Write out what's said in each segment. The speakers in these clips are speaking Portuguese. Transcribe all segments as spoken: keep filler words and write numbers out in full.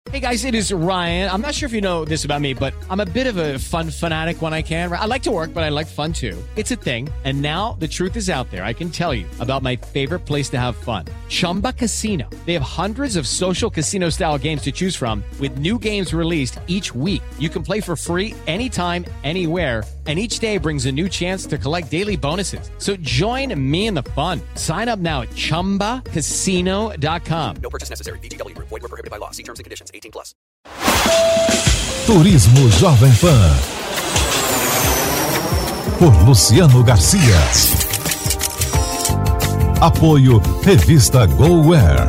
Hey guys, it is Ryan. I'm not sure if you know this about me, but I'm a bit of a fun fanatic when I can. I like to work, but I like fun too. It's a thing. And now the truth is out there. I can tell you about my favorite place to have fun. Chumba Casino. They have hundreds of social casino style games to choose from with new games released each week. You can play for free anytime, anywhere. And each day brings a new chance to collect daily bonuses. So join me in the fun. Sign up now at chumba casino dot com. No purchase necessary. V G W. Void where prohibited by law. See terms and conditions. eighteen plus. Turismo Jovem Pan. Por Luciano Garcia. Apoio Revista GoWare.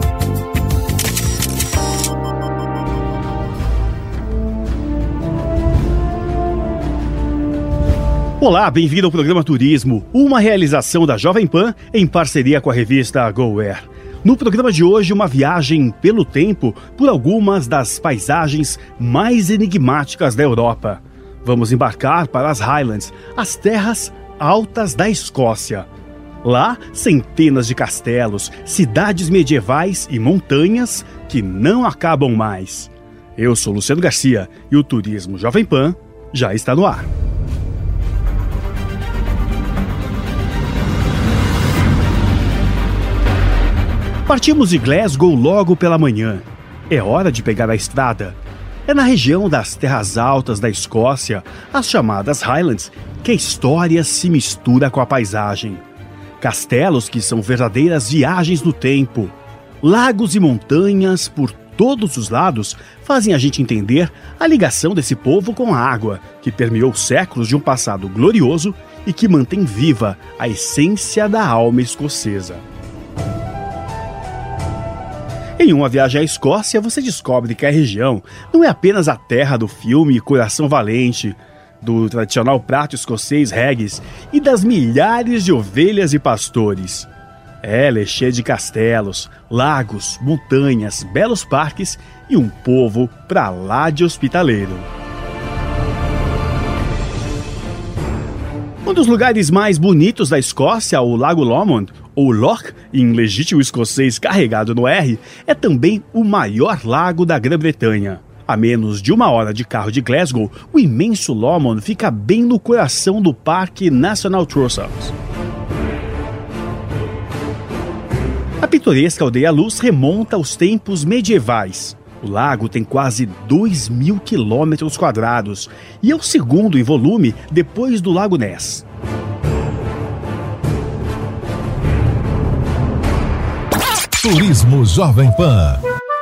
Olá, bem-vindo ao programa Turismo, uma realização da Jovem Pan em parceria com a revista GoWare. No programa de hoje, uma viagem pelo tempo por algumas das paisagens mais enigmáticas da Europa. Vamos embarcar para as Highlands, as terras altas da Escócia. Lá, centenas de castelos, cidades medievais e montanhas que não acabam mais. Eu sou Luciano Garcia e o Turismo Jovem Pan já está no ar. Partimos de Glasgow logo pela manhã. É hora de pegar a estrada. É na região das terras altas da Escócia, as chamadas Highlands, que a história se mistura com a paisagem. Castelos que são verdadeiras viagens no tempo. Lagos e montanhas por todos os lados fazem a gente entender a ligação desse povo com a água, que permeou séculos de um passado glorioso e que mantém viva a essência da alma escocesa. Em uma viagem à Escócia, você descobre que a região não é apenas a terra do filme Coração Valente, do tradicional prato escocês haggis e das milhares de ovelhas e pastores. Ela é cheia de castelos, lagos, montanhas, belos parques e um povo pra lá de hospitaleiro. Um dos lugares mais bonitos da Escócia, o Lago Lomond, ou Loch, em legítimo escocês carregado no R, é também o maior lago da Grã-Bretanha. A menos de uma hora de carro de Glasgow, o imenso Lomond fica bem no coração do Parque National Trossachs. A pitoresca aldeia Luz remonta aos tempos medievais. O lago tem quase dois mil quilômetros quadrados e é o segundo em volume depois do Lago Ness. Turismo Jovem Pan.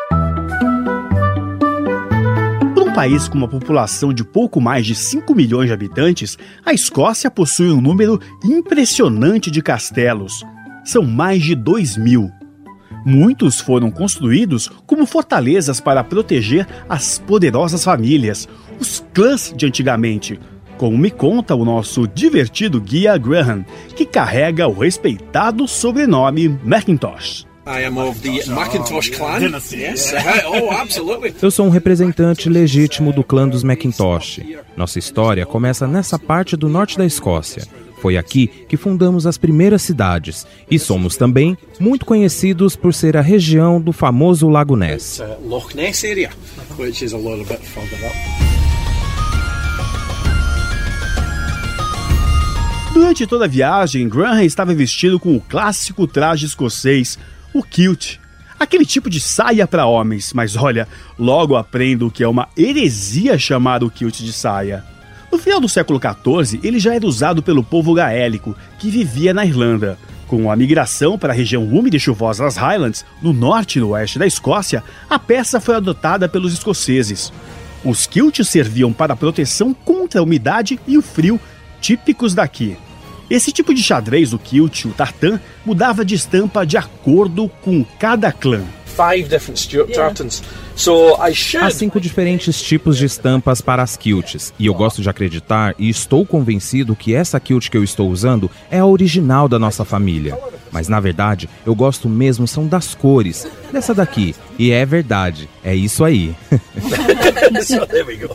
Para um país com uma população de pouco mais de cinco milhões de habitantes, a Escócia possui um número impressionante de castelos. São mais de dois mil. Muitos foram construídos como fortalezas para proteger as poderosas famílias, os clãs de antigamente, como me conta o nosso divertido guia Graham, que carrega o respeitado sobrenome Mackintosh. I am of the Mackintosh clan. Yes. Oh, absolutely. Eu sou um representante legítimo do clã dos Mackintosh. Nossa história começa nessa parte do norte da Escócia. Foi aqui que fundamos as primeiras cidades e somos também muito conhecidos por ser a região do famoso Lago Ness. Loch Ness area, which is a little bit further up. Durante toda a viagem, Graham estava vestido com o clássico traje escocês, o kilt. Aquele tipo de saia para homens, mas olha, logo aprendo que é uma heresia chamar o kilt de saia. No final do século quatorze, ele já era usado pelo povo gaélico, que vivia na Irlanda. Com a migração para a região úmida e chuvosa das Highlands, no norte e no oeste da Escócia, a peça foi adotada pelos escoceses. Os kilts serviam para proteção contra a umidade e o frio típicos daqui. Esse tipo de xadrez, o kilt, o tartan, mudava de estampa de acordo com cada clã. Five different Stuart tartans. So I should... Há cinco diferentes tipos de estampas para as kilts, e eu gosto de acreditar e estou convencido que essa kilt que eu estou usando é a original da nossa família. Mas na verdade, eu gosto mesmo são das cores, dessa daqui, e é verdade, é isso aí. So there we go.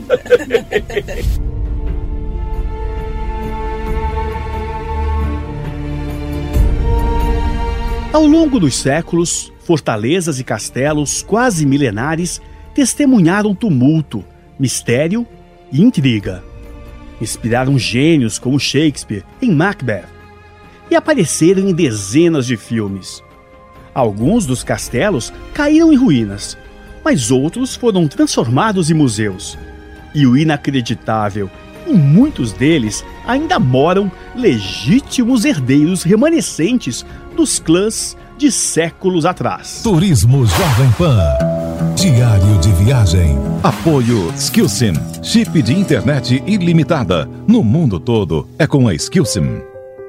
Ao longo dos séculos, fortalezas e castelos quase milenares testemunharam tumulto, mistério e intriga. Inspiraram gênios como Shakespeare em Macbeth e apareceram em dezenas de filmes. Alguns dos castelos caíram em ruínas, mas outros foram transformados em museus. E o inacreditável, em muitos deles ainda moram legítimos herdeiros remanescentes dos clãs de séculos atrás. Turismo Jovem Pan. Diário de viagem. Apoio Skillsim. Chip de internet ilimitada. No mundo todo é com a Skillsim.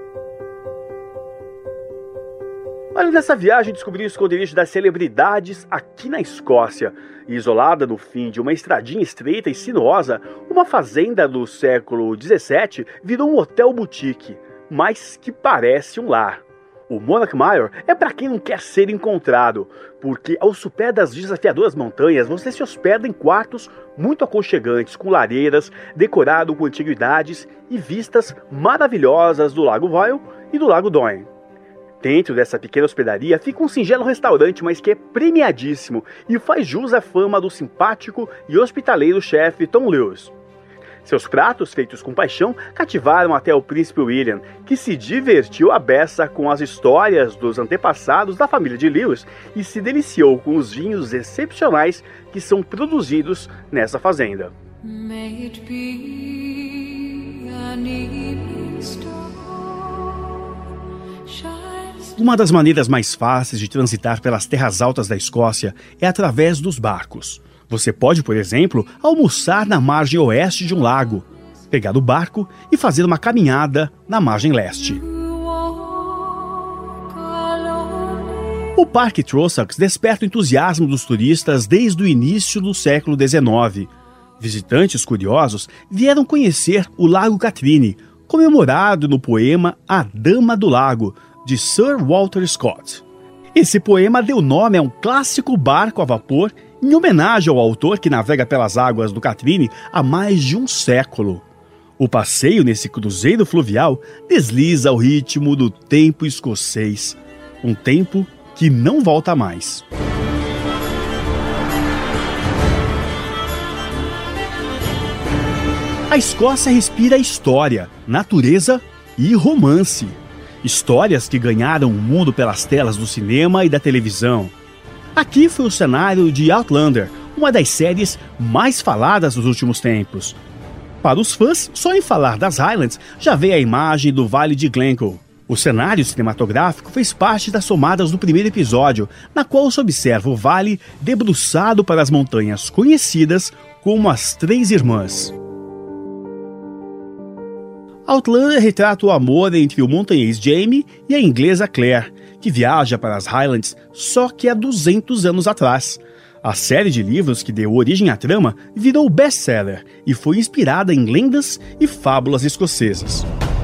Olha, nessa viagem descobri o esconderijo das celebridades aqui na Escócia. E isolada no fim de uma estradinha estreita e sinuosa, uma fazenda do século dezessete virou um hotel boutique, mas que parece um lar. O Monarch Mire é para quem não quer ser encontrado, porque ao sopé das desafiadoras montanhas você se hospeda em quartos muito aconchegantes, com lareiras, decorado com antiguidades e vistas maravilhosas do Lago Voyle e do Lago Doin. Dentro dessa pequena hospedaria fica um singelo restaurante, mas que é premiadíssimo e faz jus à fama do simpático e hospitaleiro chefe Tom Lewis. Seus pratos, feitos com paixão, cativaram até o príncipe William, que se divertiu à beça com as histórias dos antepassados da família de Lewis e se deliciou com os vinhos excepcionais que são produzidos nessa fazenda. May it be an evening star. Uma das maneiras mais fáceis de transitar pelas terras altas da Escócia é através dos barcos. Você pode, por exemplo, almoçar na margem oeste de um lago, pegar o barco e fazer uma caminhada na margem leste. O Parque Trossachs desperta o entusiasmo dos turistas desde o início do século dezenove. Visitantes curiosos vieram conhecer o Lago Katrine, comemorado no poema A Dama do Lago, de Sir Walter Scott. Esse poema deu nome a um clássico barco a vapor em homenagem ao autor que navega pelas águas do Katrine há mais de um século. O passeio nesse cruzeiro fluvial desliza ao ritmo do tempo escocês, um tempo que não volta mais. A Escócia respira história, natureza e romance. Histórias que ganharam o mundo pelas telas do cinema e da televisão. Aqui foi o cenário de Outlander, uma das séries mais faladas dos últimos tempos. Para os fãs, só em falar das Highlands já veio a imagem do Vale de Glencoe. O cenário cinematográfico fez parte das somadas do primeiro episódio, na qual se observa o vale debruçado para as montanhas conhecidas como as Três Irmãs. Outlander retrata o amor entre o montanhês Jamie e a inglesa Claire, que viaja para as Highlands só que há duzentos anos atrás. A série de livros que deu origem à trama virou best-seller e foi inspirada em lendas e fábulas escocesas.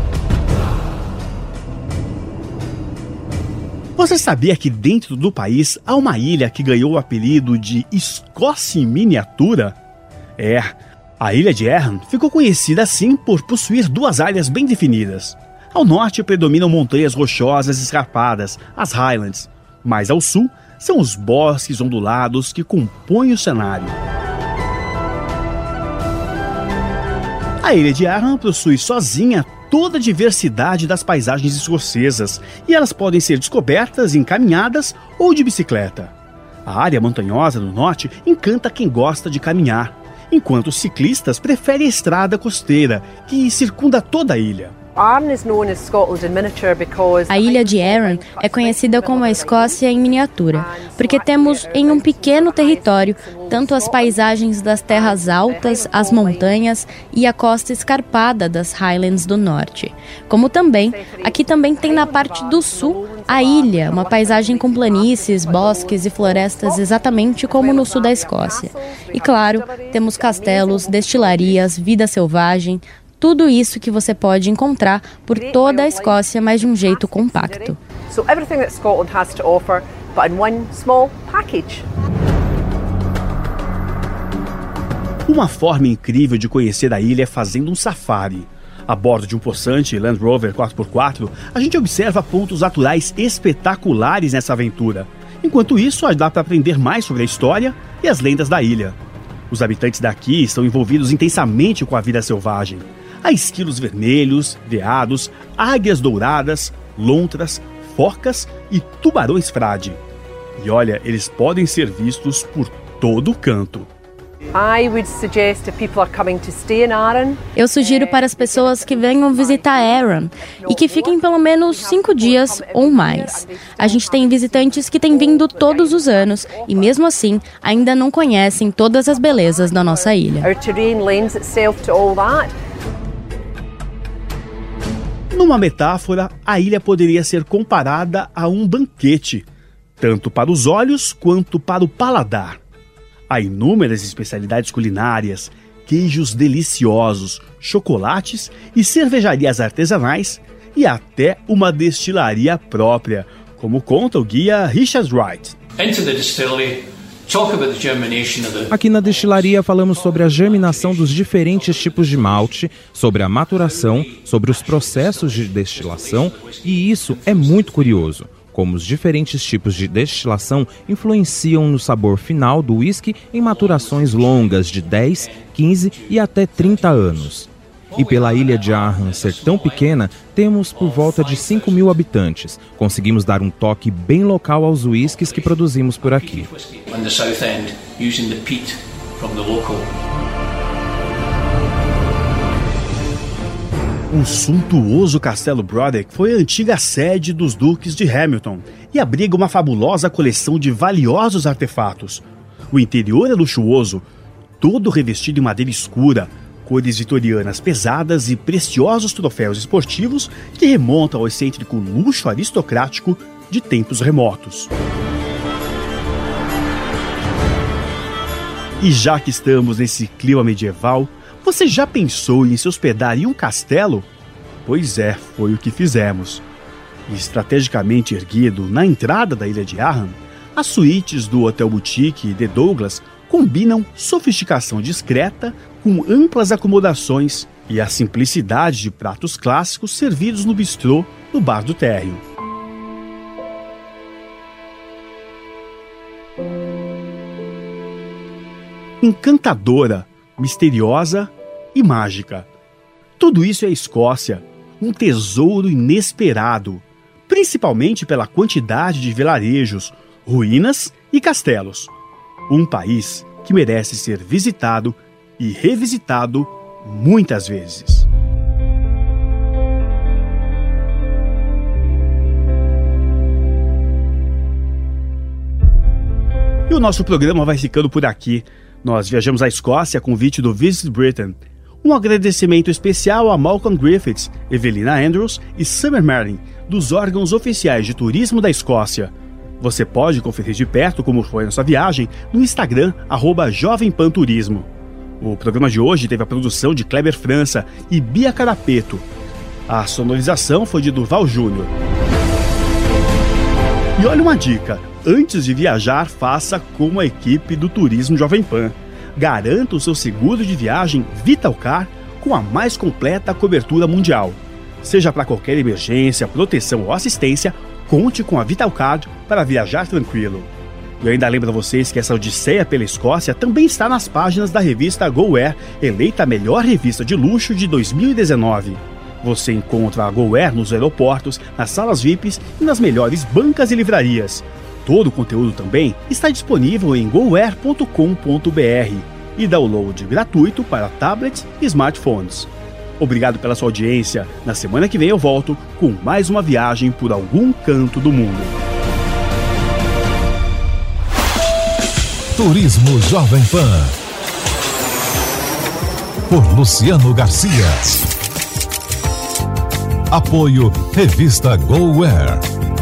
Você sabia que dentro do país há uma ilha que ganhou o apelido de Escócia em miniatura? É, a ilha de Arran ficou conhecida assim por possuir duas áreas bem definidas. Ao norte predominam montanhas rochosas escarpadas, as Highlands, mas ao sul são os bosques ondulados que compõem o cenário. A ilha de Arran possui sozinha toda a diversidade das paisagens escocesas e elas podem ser descobertas em caminhadas ou de bicicleta. A área montanhosa do norte encanta quem gosta de caminhar, enquanto os ciclistas preferem a estrada costeira, que circunda toda a ilha. A ilha de Arran é conhecida como a Escócia em miniatura, porque temos em um pequeno território tanto as paisagens das terras altas, as montanhas e a costa escarpada das Highlands do norte. Como também, aqui também tem na parte do sul a ilha, uma paisagem com planícies, bosques e florestas exatamente como no sul da Escócia. E claro, temos castelos, destilarias, vida selvagem, tudo isso que você pode encontrar por toda a Escócia, mas de um jeito compacto. Uma forma incrível de conhecer a ilha é fazendo um safari. A bordo de um possante Land Rover quatro por quatro, a gente observa pontos naturais espetaculares nessa aventura, Enquanto isso, dá para aprender mais sobre a história e as lendas da ilha. Os habitantes daqui estão envolvidos intensamente com a vida selvagem. Há esquilos vermelhos, veados, águias douradas, lontras, focas e tubarões frade. E olha, eles podem ser vistos por todo canto. Eu sugiro para as pessoas que venham visitar Arran e que fiquem pelo menos cinco dias ou mais. A gente tem visitantes que têm vindo todos os anos e mesmo assim ainda não conhecem todas as belezas da nossa ilha. Numa metáfora, a ilha poderia ser comparada a um banquete, tanto para os olhos quanto para o paladar. Há inúmeras especialidades culinárias, queijos deliciosos, chocolates e cervejarias artesanais e até uma destilaria própria, como conta o guia Richard Wright. Aqui na destilaria falamos sobre a germinação dos diferentes tipos de malte, sobre a maturação, sobre os processos de destilação, e isso é muito curioso, como os diferentes tipos de destilação influenciam no sabor final do uísque em maturações longas de dez, quinze e até trinta anos. E pela ilha de Arran ser tão pequena, temos por volta de cinco mil habitantes. Conseguimos dar um toque bem local aos uísques que produzimos por aqui. O suntuoso Castelo Broderick foi a antiga sede dos duques de Hamilton e abriga uma fabulosa coleção de valiosos artefatos. O interior é luxuoso, todo revestido em madeira escura, cores vitorianas pesadas e preciosos troféus esportivos que remontam ao excêntrico luxo aristocrático de tempos remotos. E já que estamos nesse clima medieval, você já pensou em se hospedar em um castelo? Pois é, foi o que fizemos. Estrategicamente erguido na entrada da ilha de Arran, as suítes do Hotel Boutique The Douglas combinam sofisticação discreta com amplas acomodações e a simplicidade de pratos clássicos servidos no bistrô do Bar do Térreo. Encantadora, misteriosa e mágica. Tudo isso é a Escócia, um tesouro inesperado, principalmente pela quantidade de vilarejos, ruínas e castelos. Um país que merece ser visitado e revisitado muitas vezes. E o nosso programa vai ficando por aqui. Nós viajamos à Escócia a convite do Visit Britain. Um agradecimento especial a Malcolm Griffiths, Evelina Andrews e Summer Merlin, dos órgãos oficiais de turismo da Escócia. Você pode conferir de perto como foi a nossa viagem no Instagram, arroba Jovem Pan Turismo. O programa de hoje teve a produção de Kleber França e Bia Carapeto. A sonorização foi de Durval Júnior. E olha uma dica, antes de viajar, faça como a equipe do Turismo Jovem Pan. Garanta o seu seguro de viagem Vitalcar com a mais completa cobertura mundial. Seja para qualquer emergência, proteção ou assistência, conte com a Vitalcar para viajar tranquilo. E eu ainda lembro a vocês que essa odisseia pela Escócia também está nas páginas da revista GoAir, eleita a melhor revista de luxo de dois mil e dezenove. Você encontra a GoAir nos aeroportos, nas salas V I Ps e nas melhores bancas e livrarias. Todo o conteúdo também está disponível em goair ponto com ponto b r e download gratuito para tablets e smartphones. Obrigado pela sua audiência. Na semana que vem eu volto com mais uma viagem por algum canto do mundo. Turismo Jovem Pan. Por Luciano Garcia. Apoio Revista GoAir.